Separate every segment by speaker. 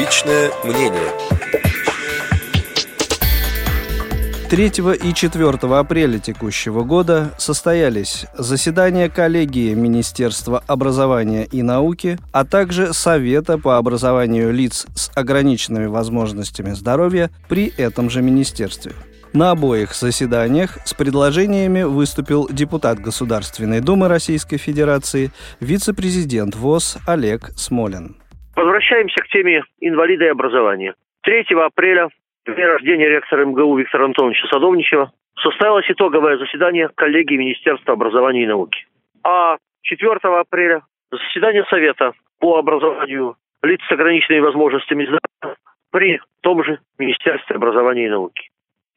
Speaker 1: Личное мнение.
Speaker 2: 3 и 4 апреля текущего года состоялись заседания коллегии Министерства образования и науки, а также Совета по образованию лиц с ограниченными возможностями здоровья при этом же министерстве. На обоих заседаниях с предложениями выступил депутат Государственной Думы Российской Федерации, вице-президент ВОС Олег Смолин.
Speaker 3: Возвращаемся к теме инвалида и образования. 3 апреля, в день рождения ректора МГУ Виктора Антоновича Садовничева, состоялось итоговое заседание коллегии Министерства образования и науки. А 4 апреля заседание Совета по образованию лиц с ограниченными возможностями здоровья при том же Министерстве образования и науки.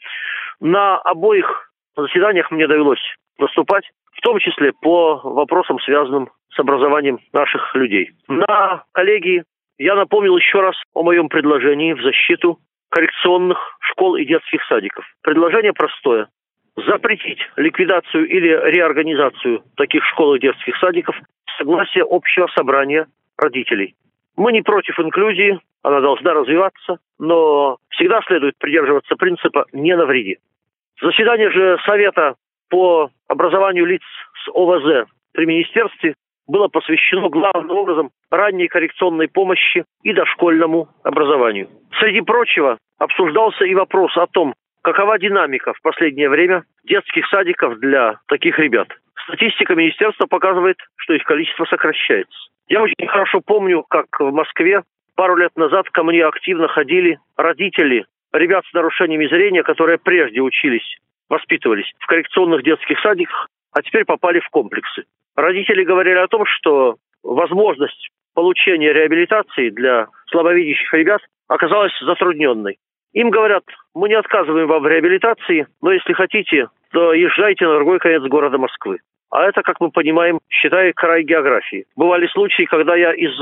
Speaker 3: На обоих заседаниях мне довелось выступать, в том числе по вопросам, связанным с образованием наших людей. На коллегии я напомнил еще раз о моем предложении в защиту коррекционных школ и детских садиков. Предложение простое. Запретить ликвидацию или реорганизацию таких школ и детских садиков с согласия общего собрания родителей. Мы не против инклюзии, она должна развиваться, но всегда следует придерживаться принципа «не навреди». Заседание же Совета по образованию лиц с ОВЗ при министерстве было посвящено главным образом ранней коррекционной помощи и дошкольному образованию. Среди прочего обсуждался и вопрос о том, какова динамика в последнее время детских садиков для таких ребят. Статистика министерства показывает, что их количество сокращается. Я очень хорошо помню, как в Москве пару лет назад ко мне активно ходили родители ребят с нарушениями зрения, которые прежде учились, воспитывались в коррекционных детских садиках, а теперь попали в комплексы. Родители говорили о том, что возможность получения реабилитации для слабовидящих ребят оказалась затрудненной. Им говорят: мы не отказываем вам в реабилитации, но если хотите, то езжайте на другой конец города Москвы. А это, как мы понимаем, считай край географии. Бывали случаи, когда я из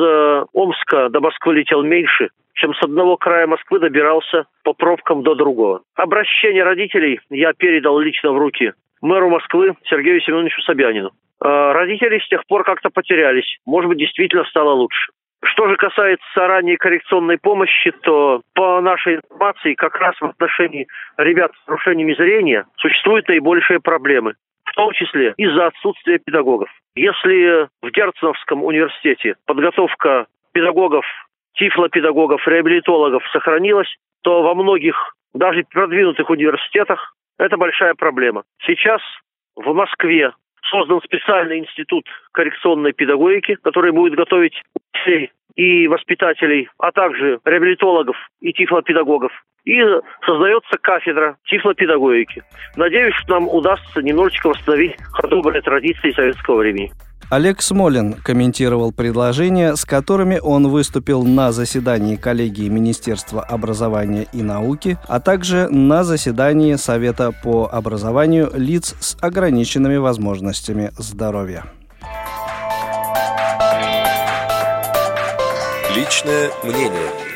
Speaker 3: Омска до Москвы летел меньше, чем с одного края Москвы добирался по пробкам до другого. Обращение родителей я передал лично в руки мэру Москвы Сергею Семеновичу Собянину. Родители с тех пор как-то потерялись. Может быть, действительно стало лучше. Что же касается ранней коррекционной помощи, то по нашей информации как раз в отношении ребят с нарушениями зрения существуют наибольшие проблемы, в том числе из-за отсутствия педагогов. Если в Герценовском университете подготовка педагогов, тифлопедагогов, реабилитологов сохранилась, то во многих, даже продвинутых университетах, это большая проблема. Сейчас в Москве создан специальный институт коррекционной педагогики, который будет готовить учителей и воспитателей, а также реабилитологов и тифлопедагогов. И создается кафедра тифлопедагогики. Надеюсь, что нам удастся немножечко восстановить добрые традиции советского времени.
Speaker 2: Олег Смолин комментировал предложения, с которыми он выступил на заседании коллегии Министерства образования и науки, а также на заседании Совета по образованию лиц с ограниченными возможностями здоровья.
Speaker 1: Личное мнение.